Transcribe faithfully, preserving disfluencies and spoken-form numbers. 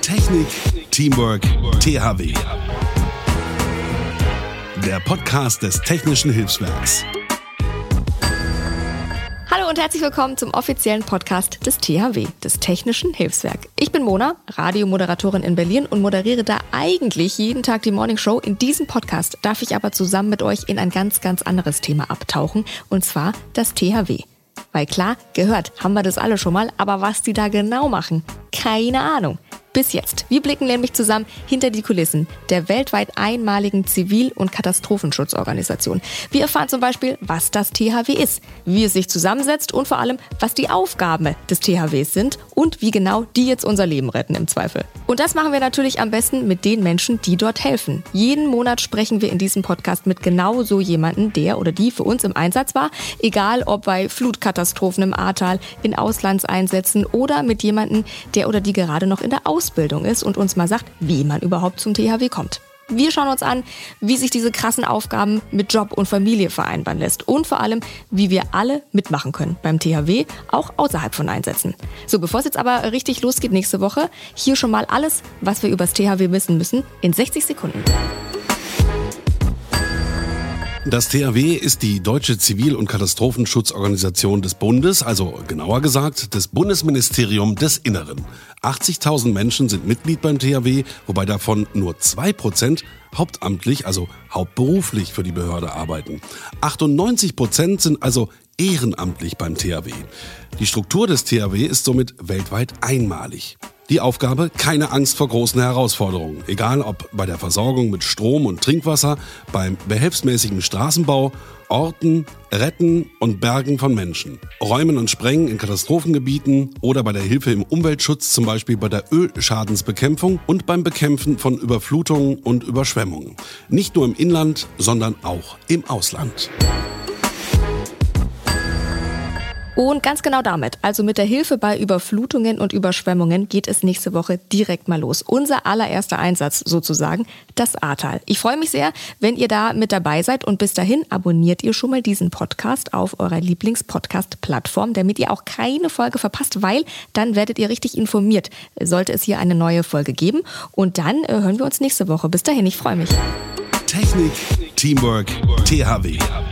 Technik, Teamwork, T H W. Der Podcast des Technischen Hilfswerks. Hallo und herzlich willkommen zum offiziellen Podcast des T H W, des Technischen Hilfswerk. Ich bin Mona, Radiomoderatorin in Berlin und moderiere da eigentlich jeden Tag die Morning Show. In diesem Podcast darf ich aber zusammen mit euch in ein ganz, ganz anderes Thema abtauchen, und zwar das T H W. Weil klar, gehört haben wir das alle schon mal, aber was die da genau machen, keine Ahnung. Bis jetzt. Wir blicken nämlich zusammen hinter die Kulissen der weltweit einmaligen Zivil- und Katastrophenschutzorganisation. Wir erfahren zum Beispiel, was das T H W ist, wie es sich zusammensetzt und vor allem, was die Aufgaben des T H Ws sind und wie genau die jetzt unser Leben retten im Zweifel. Und das machen wir natürlich am besten mit den Menschen, die dort helfen. Jeden Monat sprechen wir in diesem Podcast mit genau so jemandem, der oder die für uns im Einsatz war, egal ob bei Flutkatastrophen im Ahrtal, in Auslandseinsätzen oder mit jemandem, der oder die gerade noch in der Ausbildung ist und uns mal sagt, wie man überhaupt zum T H W kommt. Wir schauen uns an, wie sich diese krassen Aufgaben mit Job und Familie vereinbaren lässt und vor allem, wie wir alle mitmachen können beim T H W, auch außerhalb von Einsätzen. So, bevor es jetzt aber richtig losgeht nächste Woche, hier schon mal alles, was wir über das T H W wissen müssen, in sechzig Sekunden. Das T H W ist die Deutsche Zivil- und Katastrophenschutzorganisation des Bundes, also genauer gesagt des Bundesministerium des Inneren. achtzigtausend Menschen sind Mitglied beim T H W, wobei davon nur zwei Prozent hauptamtlich, also hauptberuflich für die Behörde arbeiten. achtundneunzig Prozent sind also ehrenamtlich beim T H W. Die Struktur des T H W ist somit weltweit einmalig. Die Aufgabe: keine Angst vor großen Herausforderungen, egal ob bei der Versorgung mit Strom und Trinkwasser, beim behelfsmäßigen Straßenbau, Orten, Retten und Bergen von Menschen, Räumen und Sprengen in Katastrophengebieten oder bei der Hilfe im Umweltschutz, zum Beispiel bei der Ölschadensbekämpfung und beim Bekämpfen von Überflutungen und Überschwemmungen. Nicht nur im Inland, sondern auch im Ausland. Und ganz genau damit, also mit der Hilfe bei Überflutungen und Überschwemmungen, geht es nächste Woche direkt mal los. Unser allererster Einsatz sozusagen, das Ahrtal. Ich freue mich sehr, wenn ihr da mit dabei seid, und bis dahin abonniert ihr schon mal diesen Podcast auf eurer Lieblings-Podcast-Plattform, damit ihr auch keine Folge verpasst, weil dann werdet ihr richtig informiert, sollte es hier eine neue Folge geben. Und dann äh, hören wir uns nächste Woche. Bis dahin, ich freue mich. Technik, Teamwork, T H W.